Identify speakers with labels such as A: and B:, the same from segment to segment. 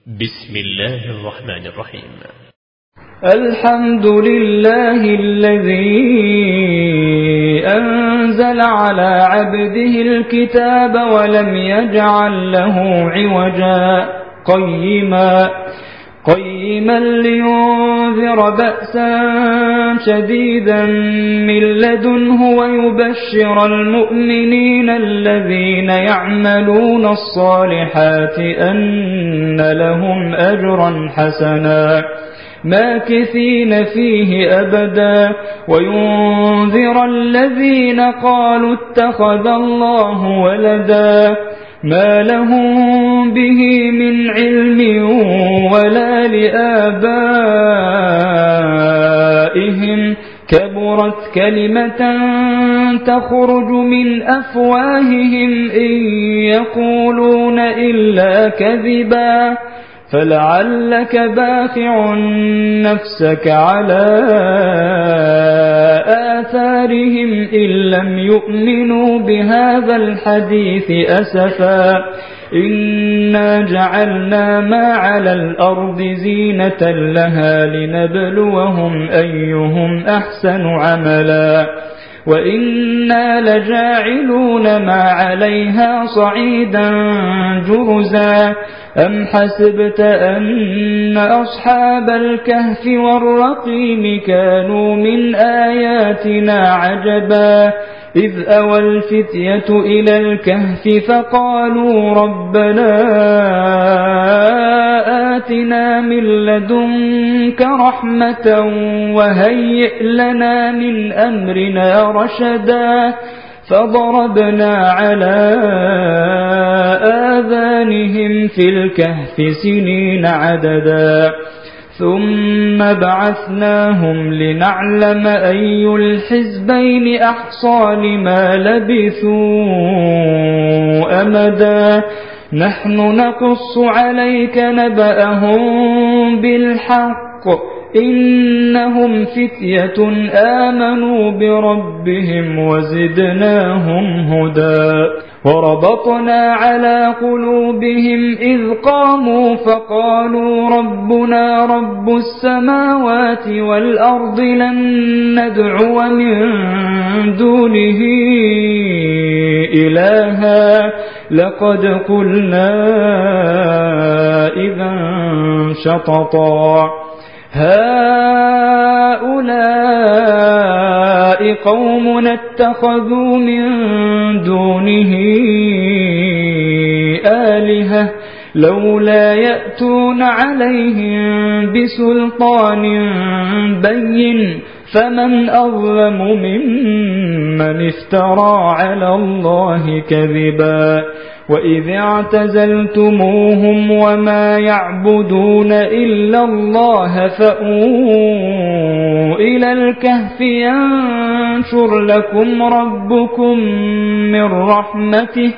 A: بسم الله الرحمن الرحيم.
B: الحمد لله الذي أنزل على عبده الكتاب ولم يجعل له عوجا قيما لينذر بأسا شديدا من لدنه ويبشر المؤمنين الذين يعملون الصالحات أن لهم أجرا حسنا ماكثين فيه أبدا وينذر الذين قالوا اتخذ الله ولدا ما لهم به من علم ولا لآبائهم كبرت كلمة تخرج من أفواههم إن يقولون إلا كذبا فلعلك باخع نفسك على آثارهم إن لم يؤمنوا بهذا الحديث أسفا إنا جعلنا ما على الأرض زينة لها لنبلوهم أيهم أحسن عملا وإنا لجاعلون ما عليها صعيدا جرزا أم حسبت أن أصحاب الكهف والرقيم كانوا من آياتنا عجبا إذ أوى الفتية إلى الكهف فقالوا ربنا آتنا من لدنك رحمة وهيئ لنا من أمرنا رشدا فضربنا على آذانهم في الكهف سنين عددا ثم بعثناهم لنعلم أي الحزبين أحصى لما لبثوا أمدا نحن نقص عليك نبأهم بالحق إنهم فتية آمنوا بربهم وزدناهم هدى وربطنا على قلوبهم إذ قاموا فقالوا ربنا رب السماوات والأرض لن ندعو من دونه إلها لقد قلنا إذا شططا هؤلاء قومنا اتخذوا من دونه آلهة لولا يأتون عليهم بسلطان بين فمن أظلم ممن افترى على الله كذبا وإذ اعتزلتموهم وما يعبدون إلا الله فأووا إلى الكهف ينشر لكم ربكم من رحمته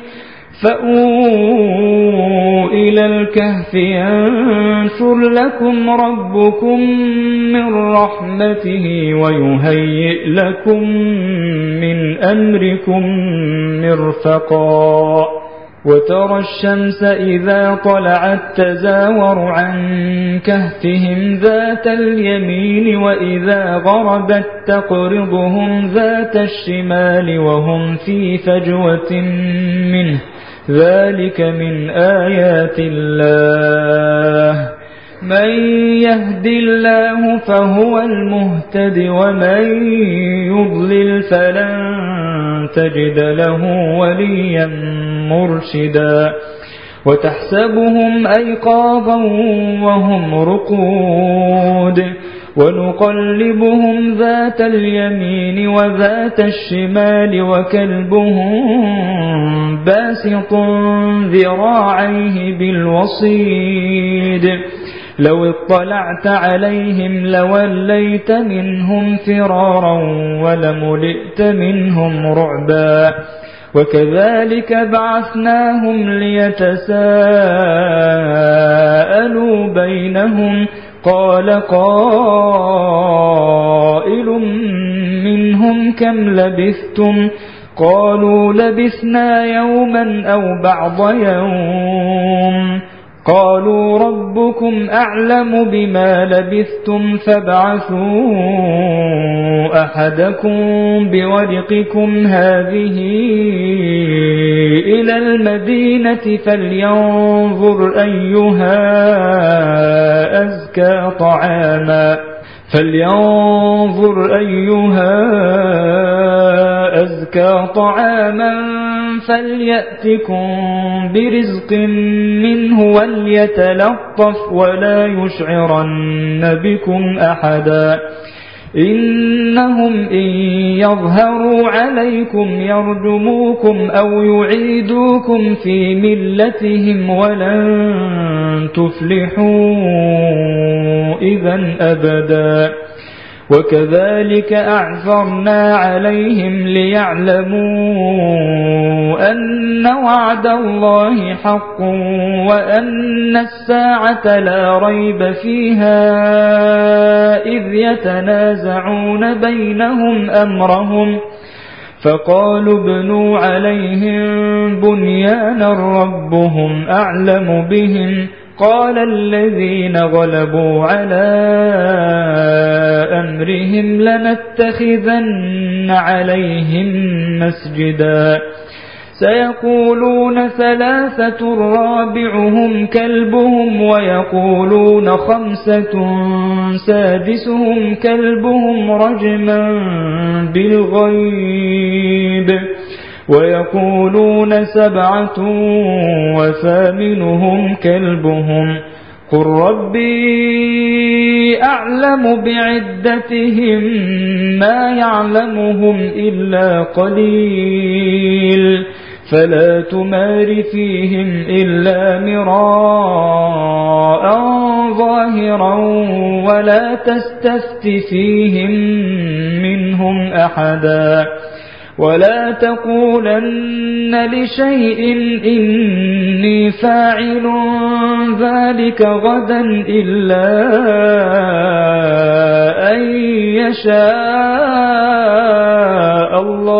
B: إلى الكهف ينشر لكم ربكم من رحمته ويهيئ لكم من أمركم مرفقا وترى الشمس إذا طلعت تزاور عن كهفهم ذات اليمين وإذا غربت تقرضهم ذات الشمال وهم في فجوة منه ذلك من آيات الله من يهد الله فهو المهتد ومن يضلل فلن تجد له وليا مرشدا وتحسبهم أيقاظا وهم رقود ونقلبهم ذات اليمين وذات الشمال وكلبهم باسط ذراعيه بالوصيد لو اطلعت عليهم لوليت منهم فرارا ولملئت منهم رعبا وكذلك بعثناهم ليتساءلوا بينهم قال قائل منهم كم لبثتم قالوا لبثنا يوما أو بعض يوم قالوا ربكم أعلم بما لبثتم فابعثوا أحدكم بورقكم هذه إلى المدينة فلينظر أيها أزكى طعاما فليأتكم برزق منه وليتلطف ولا يشعرن بكم أحدا إنهم إن يظهروا عليكم يرجموكم أو يعيدوكم في ملتهم ولن تفلحوا إذا أبدا وكذلك أعثرنا عليهم ليعلموا أن وعد الله حق وأن الساعة لا ريب فيها إذ يتنازعون بينهم أمرهم فقالوا ابنوا عليهم بنيانا ربهم أعلم بهم قال الذين غلبوا على أمرهم لنتخذن عليهم مسجدا سيقولون 3 رابعهم كلبهم ويقولون 5 سادسهم كلبهم رجما بالغيب ويقولون 7 وثامنهم كلبهم قل ربي أعلم بعدتهم ما يعلمهم إلا قليل فلا تمار فيهم إلا مراء ظاهرا ولا تستفت فيهم منهم أحدا ولا تقولن لشيء إني فاعل ذلك غدا إلا أن يشاء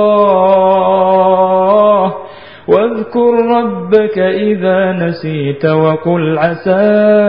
B: الله واذكر ربك إذا نسيت وقل عسى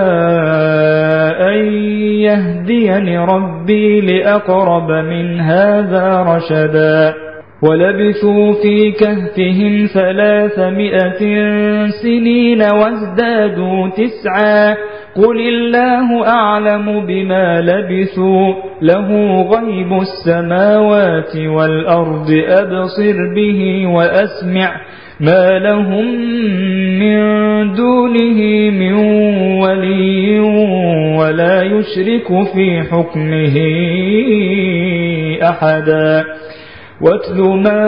B: أن يهديني ربي لأقرب من هذا رشدا ولبثوا في كهفهم 300 سنين وازدادوا 9 قل الله أعلم بما لبثوا له غيب السماوات والأرض أبصر به وأسمع ما لهم من دونه من ولي ولا يشرك في حكمه أحدا واتل ما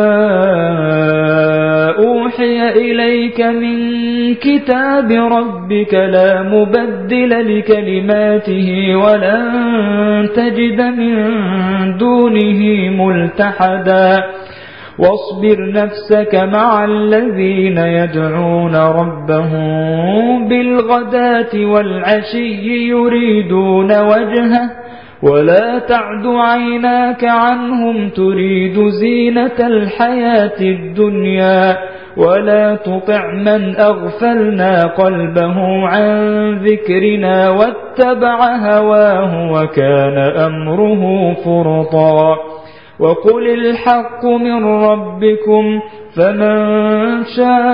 B: أوحي إليك من كتاب ربك لا مبدل لكلماته ولن تجد من دونه ملتحدا واصبر نفسك مع الذين يدعون ربهم بالغداة والعشي يريدون وجهه ولا تعد عيناك عنهم تريد زينة الحياة الدنيا ولا تطع من أغفلنا قلبه عن ذكرنا واتبع هواه وكان أمره فرطا وقل الحق من ربكم فمن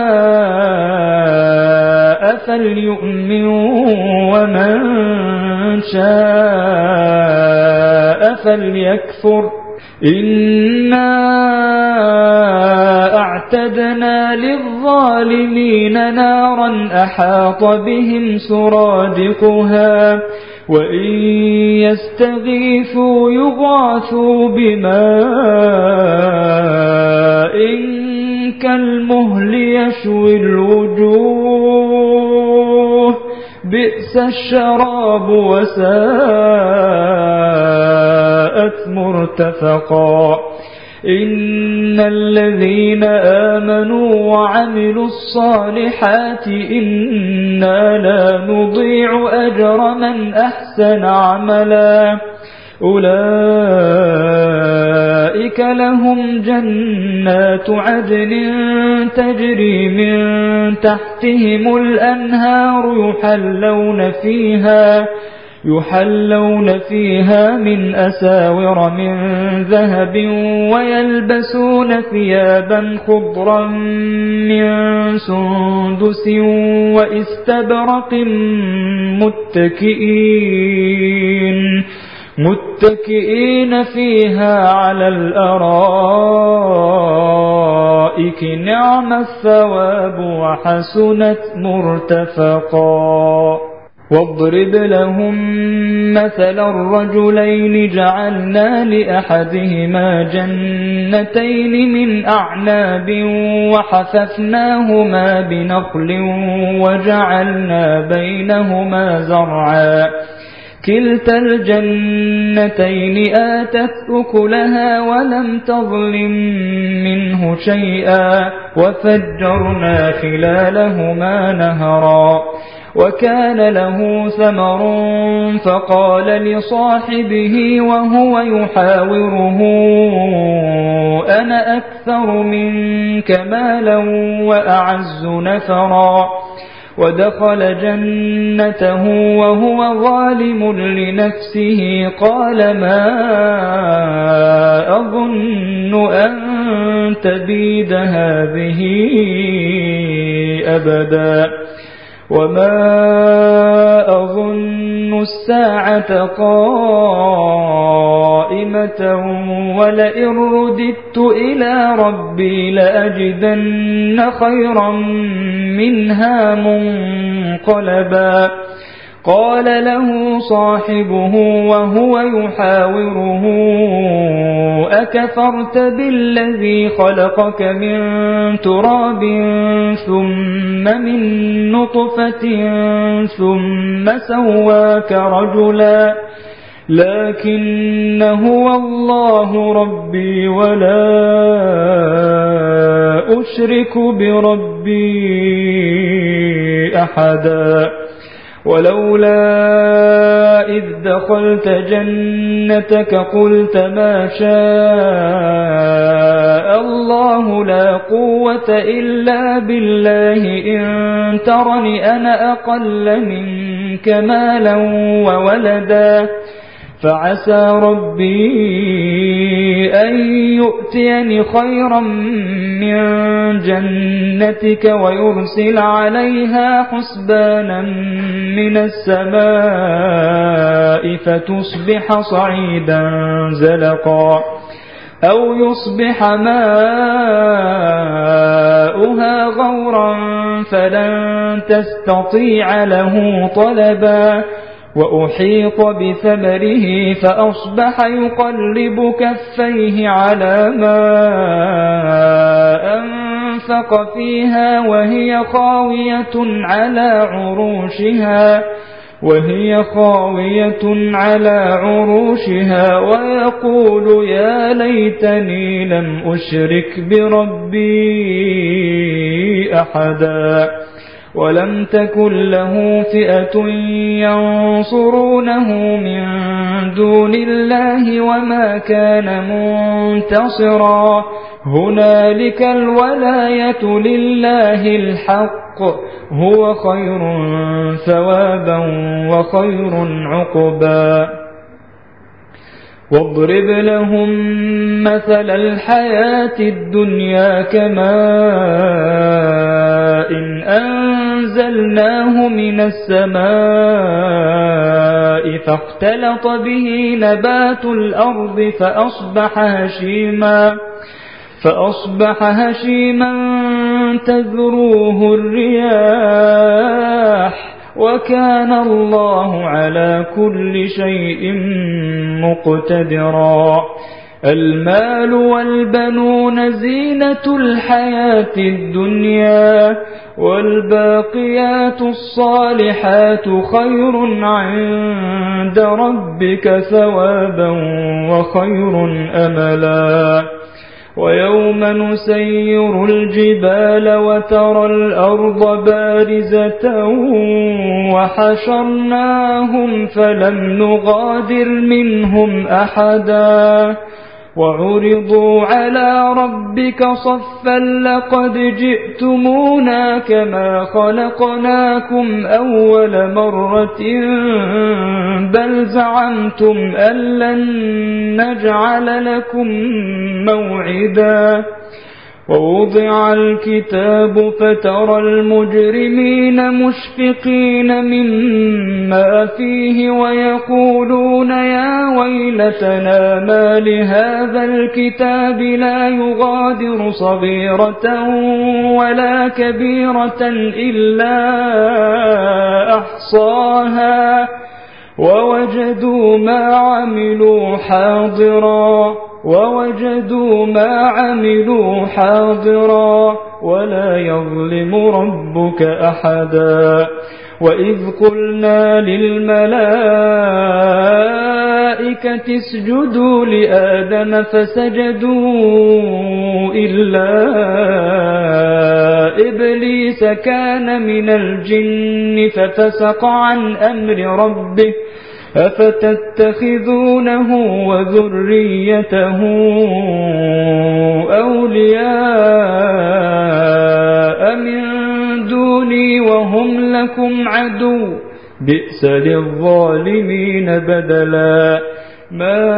B: شاء فليؤمن ومن شاء فليكفر إنا أعتدنا للظالمين نارا أحاط بهم سرادقها وإن يستغيثوا يغاثوا بماء كالمهل يشوي الوجوه بئس الشراب وساءت مرتفقا إن الذين آمنوا وعملوا الصالحات إنا لا نضيع أجر من أحسن عملا أولئك لهم جنات عدن تجري من تحتهم الأنهار يحلون فيها من أساور من ذهب ويلبسون ثيابا خضرا من سندس وإستبرق متكئين فيها على الأرائك نعم الثواب وحسنت مرتفقا واضرب لهم مثل الرجلين جعلنا لأحدهما جنتين من أعناب وحففناهما بنخل وجعلنا بينهما زرعا كلتا الجنتين آتت أكلها ولم تظلم منه شيئا وفجرنا خلالهما نهرا وكان له ثمر فقال لصاحبه وهو يحاوره أنا أكثر منك مالا وأعز نفرا ودخل جنته وهو ظالم لنفسه قال ما أظن أن تبيد هذه أبدا وما أظن الساعة قائمة ولئن رددت إلى ربي لأجدن خيرا منها منقلبا قال له صاحبه وهو يحاوره أكفرت بالذي خلقك من تراب ثم من نطفة ثم سواك رجلا لكن هو الله ربي ولا أشرك بربي أحدا ولولا إذ دخلت جنتك قلت ما شاء الله لا قوة إلا بالله إن ترني أنا أقل منك مالا وولدا فعسى ربي أن يؤتيني خيرا من جنتك ويرسل عليها حسبانا من السماء فتصبح صعيدا زلقا أو يصبح ماؤها غورا فلن تستطيع له طلبا وأحيط بثمره فأصبح يقلب كفيه على ما أنفق فيها وهي خاوية على عروشها ويقول يا ليتني لم أشرك بربي أحدا ولم تكن له فئة ينصرونه من دون الله وما كان منتصرا هنالك الولاية لله الحق هو خير ثوابا وخير عقبا واضرب لهم مثل الحياة الدنيا كماء إن أنزلناه من السماء فاختلط به نبات الأرض فأصبح هشيما تذروه الرياح وكان الله على كل شيء مقتدرا المال والبنون زينة الحياة الدنيا والباقيات الصالحات خير عند ربك ثوابا وخير أملا ويوم نسير الجبال وترى الأرض بارزة وحشرناهم فلم نغادر منهم أحدا وعرضوا على ربك صفا لقد جئتمونا كما خلقناكم أول مرة بل زعمتم أن لن نجعل لكم موعدا ووضع الكتاب فترى المجرمين مشفقين مما فيه ويقولون يا ويلتنا ما لهذا الكتاب لا يغادر صغيرة ولا كبيرة إلا أحصاها ووجدوا ما عملوا حاضرا ولا يظلم ربك أحدا وإذ قلنا للملائكة اسجدوا لآدم فسجدوا إلا إبليس كان من الجن ففسق عن أمر ربه أفتتخذونه وذريته أولياء من دوني وهم لكم عدو بئس للظالمين بدلا ما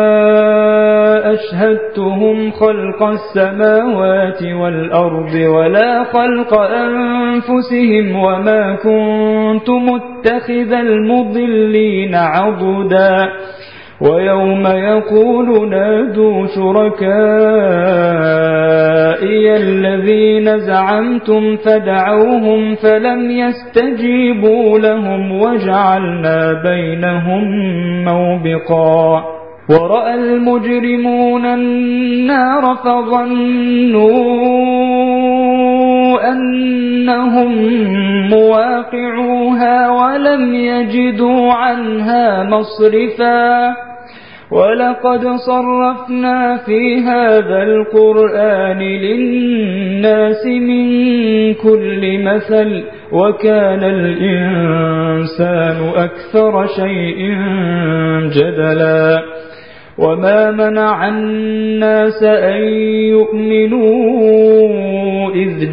B: أشهدتهم خلق السماوات والأرض ولا خلق أنفسهم وما كنت متخذ المضلين عضدا ويوم يقول نادوا شركائي الذين زعمتم فدعوهم فلم يستجيبوا لهم وجعلنا بينهم موبقا ورأى المجرمون النار فظنوا أنهم مواقعوها ولم يجدوا عنها مصرفا ولقد صرفنا في هذا القرآن للناس من كل مثل وكان الإنسان أكثر شيء جدلا وما منع الناس أن يؤمنوا إذ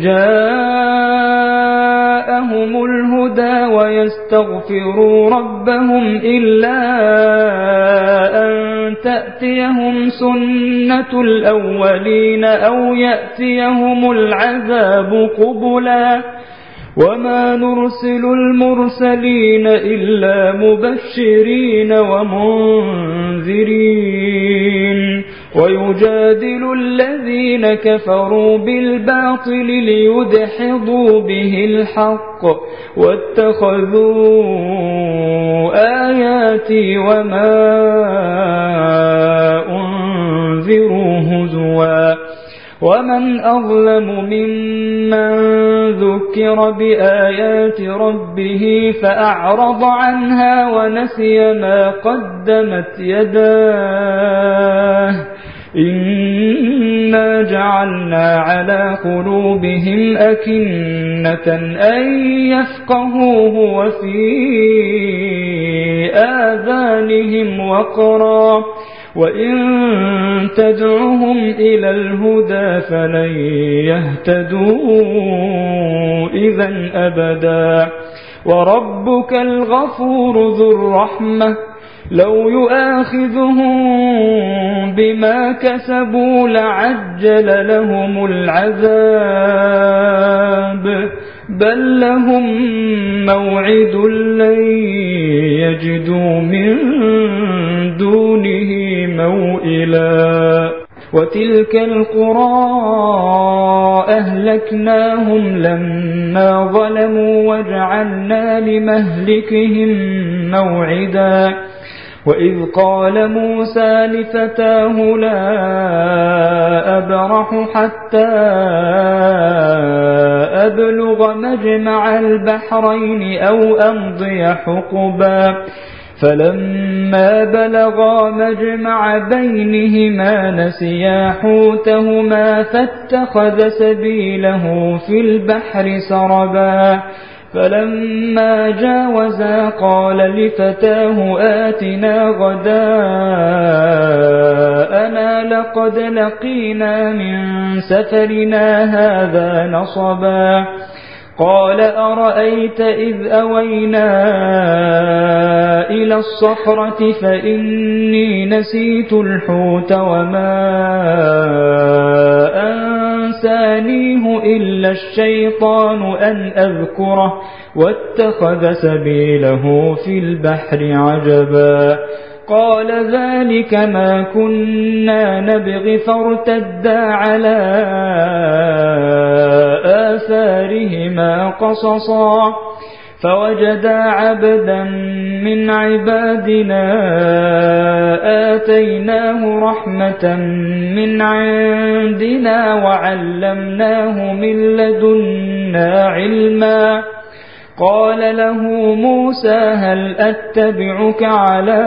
B: جاءهم الهدى ويستغفروا ربهم إلا أن تأتيهم سنة الأولين أو يأتيهم العذاب قبلا وما نرسل المرسلين إلا مبشرين ومنذرين ويجادل الذين كفروا بالباطل ليدحضوا به الحق واتخذوا آياتي وما أنذروا هزوا ومن أظلم ممن ذكر بآيات ربه فأعرض عنها ونسي ما قدمت يداه إنا جعلنا على قلوبهم أكنة أن يفقهوه وفي آذانهم وقرا وإن تدعهم إلى الهدى فلن يهتدوا إذا أبدا وربك الغفور ذو الرحمة لو يؤاخذهم بما كسبوا لعجل لهم العذاب بل لهم موعد لن يجدوا من دونه موئلا وتلك القرى أهلكناهم لما ظلموا وجعلنا لمهلكهم موعدا وإذ قال موسى لفتاه لا أبرح حتى أبلغ مجمع البحرين أو أمضي حقبا فلما بلغا مجمع بينهما نسيا حوتهما فاتخذ سبيله في البحر سربا فلما جاوزا قال لفتاه آتنا غداءنا لقد لقينا من سفرنا هذا نصبا قال أرأيت إذ أوينا إلى الصخرة فإني نسيت الحوت وما أنسانيه إلا الشيطان أن أذكره واتخذ سبيله في البحر عجبا قال ذلك ما كنا نبغي فارتدا على آثارهما قصصا فوجدا عبدا من عبادنا آتيناه رحمة من عندنا وعلمناه من لدنا علما قال له موسى هل أتبعك على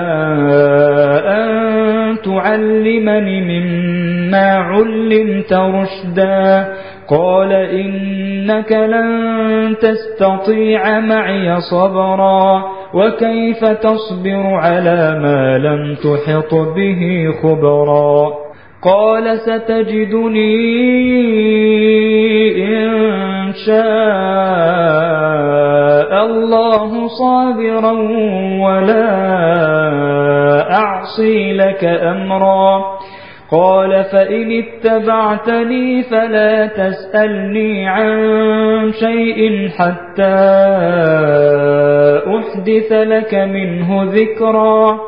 B: أن تعلمني مما علمت رشدا قال إنك لن تستطيع معي صبرا وكيف تصبر على ما لم تحط به خبرا قال ستجدني إن شاء الله صابرا ولا أعصي لك أمرا قال فإن اتبعتني فلا تسألني عن شيء حتى أحدث لك منه ذكرا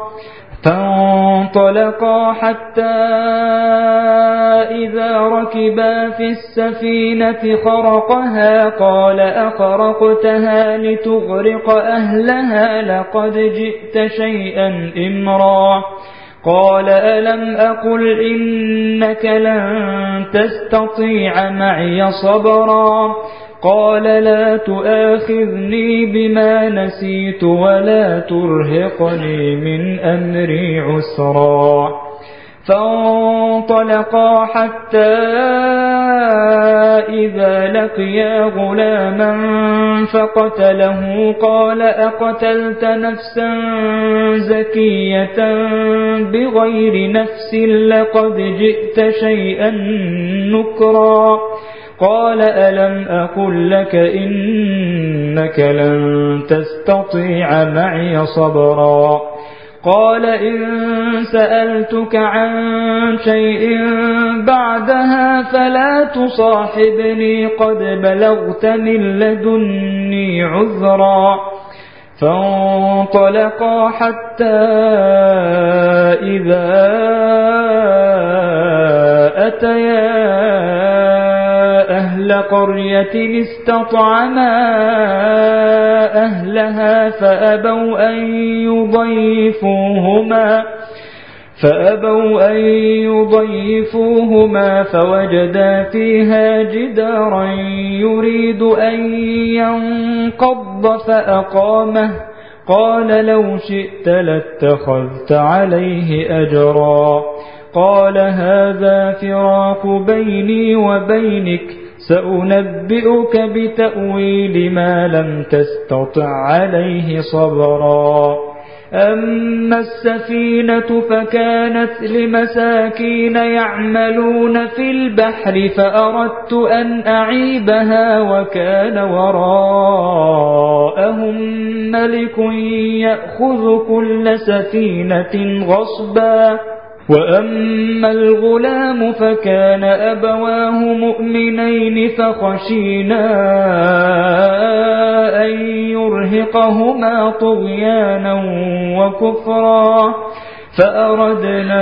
B: فانطلقا حتى إذا ركبا في السفينة خرقها قال أخرقتها لتغرق أهلها لقد جئت شيئا إمرا قال ألم أقل إنك لن تستطيع معي صبرا قال لا تؤاخذني بما نسيت ولا ترهقني من أمري عسرا فانطلقا حتى إذا لقيا غلاما فقتله قال أقتلت نفسا زكية بغير نفس لقد جئت شيئا نكرا قال ألم أقل لك إنك لن تستطيع معي صبرا قال إن سألتك عن شيء بعدها فلا تصاحبني قد بلغت من لدني عذرا فانطلقا حتى إذا أتيا أهل قرية استطعما أهلها فأبوا أن يضيفوهما فوجدا فيها جدارا يريد أن ينقض فأقامه قال لو شئت لاتخذت عليه أجرا قال هذا فراق بيني وبينك سأنبئك بتأويل ما لم تستطع عليه صبرا أما السفينة فكانت لمساكين يعملون في البحر فأردت أن أعيبها وكان وراءهم ملك يأخذ كل سفينة غصبا وأما الغلام فكان أبواه مؤمنين فخشينا أن يرهقهما طغيانا وكفرا فأردنا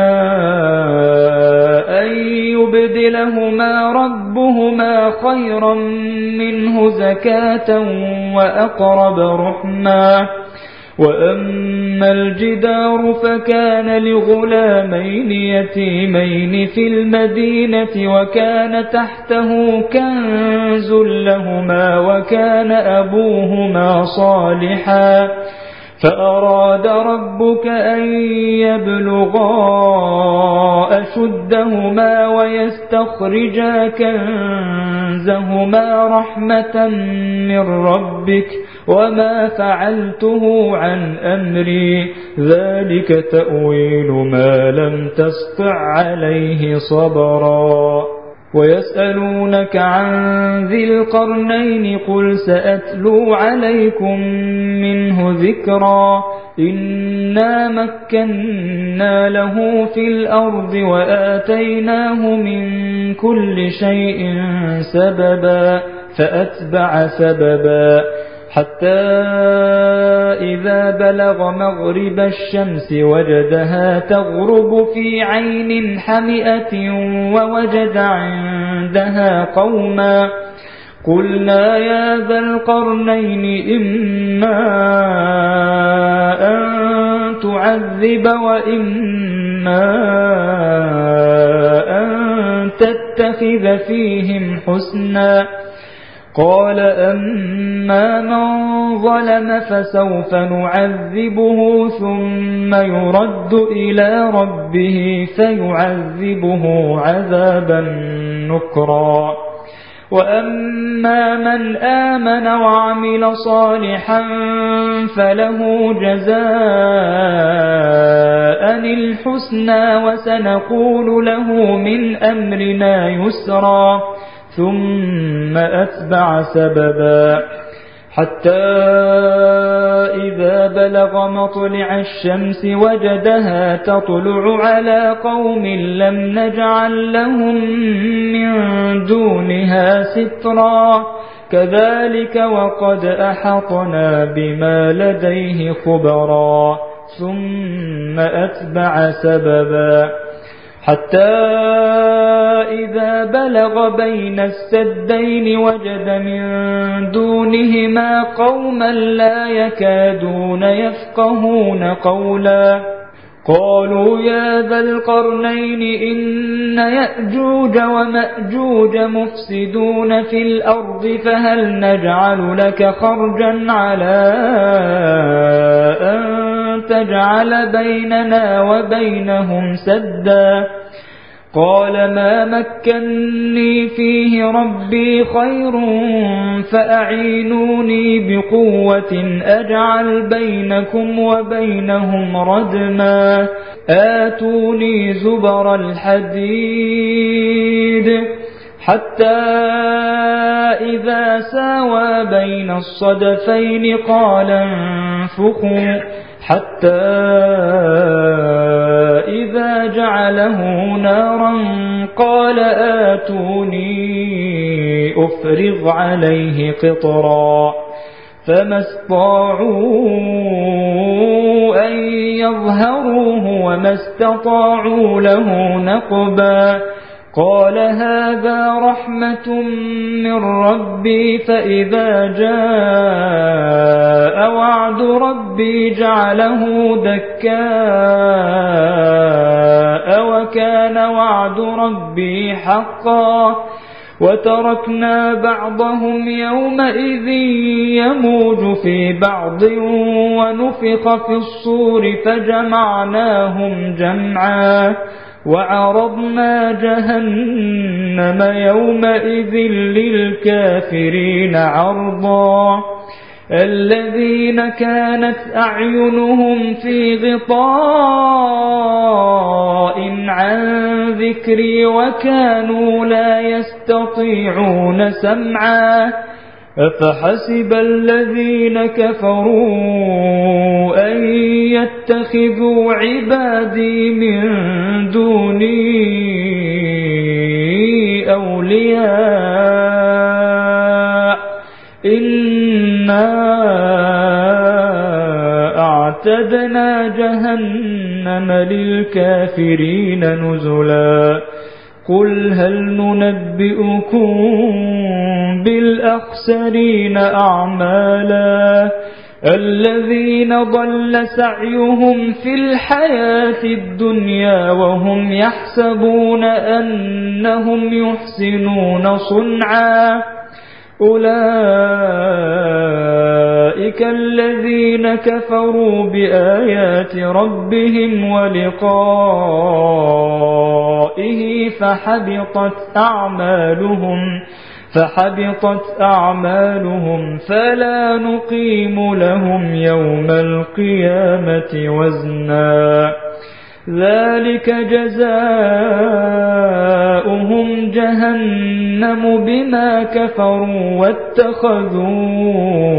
B: أن يبدلهما ربهما خيرا منه زكاة وأقرب رحما وأما الجدار فكان لغلامين يتيمين في المدينة وكان تحته كنز لهما وكان أبوهما صالحا فأراد ربك أن يبلغا أشدهما ويستخرجا كنزهما رحمة من ربك وما فعلته عن أمري ذلك تأويل ما لم تسطع عليه صبرا ويسألونك عن ذي القرنين قل سأتلو عليكم منه ذكرا إنا مكنا له في الأرض وآتيناه من كل شيء سببا فأتبع سببا حتى إذا بلغ مغرب الشمس وجدها تغرب في عين حمئة ووجد عندها قوما قلنا يا ذا القرنين إما أن تعذب وإما أن تتخذ فيهم حسنا قال أما من ظلم فسوف نعذبه ثم يرد إلى ربه فيعذبه عذابا نكرا وأما من آمن وعمل صالحا فله جزاء الحسنى وسنقول له من أمرنا يسرا ثم أتبع سببا حتى إذا بلغ مطلع الشمس وجدها تطلع على قوم لم نجعل لهم من دونها سترا كذلك وقد أحطنا بما لديه خبرا ثم أتبع سببا حتى إذا بلغ بين السدين وجد من دونهما قوما لا يكادون يفقهون قولا قالوا يا ذا القرنين إن يأجوج ومأجوج مفسدون في الأرض فهل نجعل لك خرجا على أن تجعل بيننا وبينهم سدا قال ما مكني فيه ربي خير فأعينوني بقوة أجعل بينكم وبينهم ردما آتوني زبر الحديد حتى إذا ساوى بين الصدفين قال انفخوا حتى إذا جعله نارا قال آتوني أفرغ عليه قطرا فما استطاعوا أن يظهروه وما استطاعوا له نقبا قال هذا رحمة من ربي فإذا جاء وعد ربي جعله دكاء وكان وعد ربي حقا وتركنا بعضهم يومئذ يموج في بعض ونفخ في الصور فجمعناهم جمعا وعرضنا جهنم يومئذ للكافرين عرضا الذين كانت أعينهم في غطاء عن ذكري وكانوا لا يستطيعون سمعا أفحسب الذين كفروا أن يتخذوا عبادي من دوني أولياء إنا أعتدنا جهنم للكافرين نزلا قل هل ننبئكم بالأخسرين أعمالا الذين ضل سعيهم في الحياة الدنيا وهم يحسبون أنهم يحسنون صنعا أولئك أولئك الذين كفروا بآيات ربهم ولقائه فحبطت أعمالهم فلا نقيم لهم يوم القيامة وزنا ذلك جزاؤهم جهنم بما كفروا واتخذوا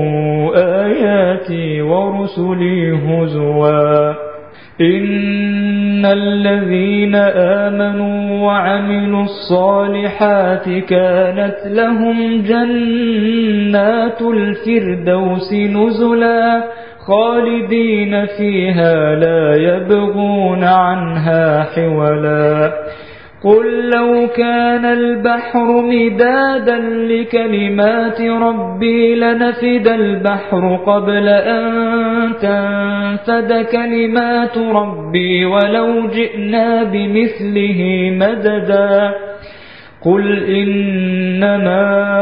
B: آياتي ورسلي هزوا إن الذين آمنوا وعملوا الصالحات كانت لهم جنات الفردوس نزلا خالدين فيها لا يبغون عنها حولا قل لو كان البحر مدادا لكلمات ربي لنفد البحر قبل أن تنفد كلمات ربي ولو جئنا بمثله مددا قل إنما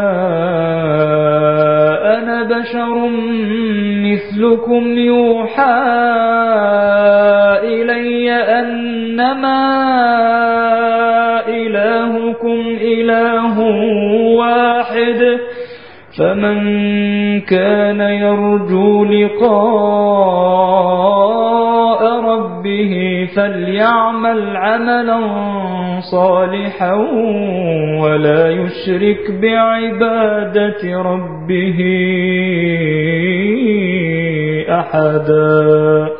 B: أنا بشر مثلكم يوحى إلي أنما إلهكم إله واحد فمن كان يرجو لقاء ربه فليعمل عملا صالحا ولا يشرك بعبادة ربه أحدا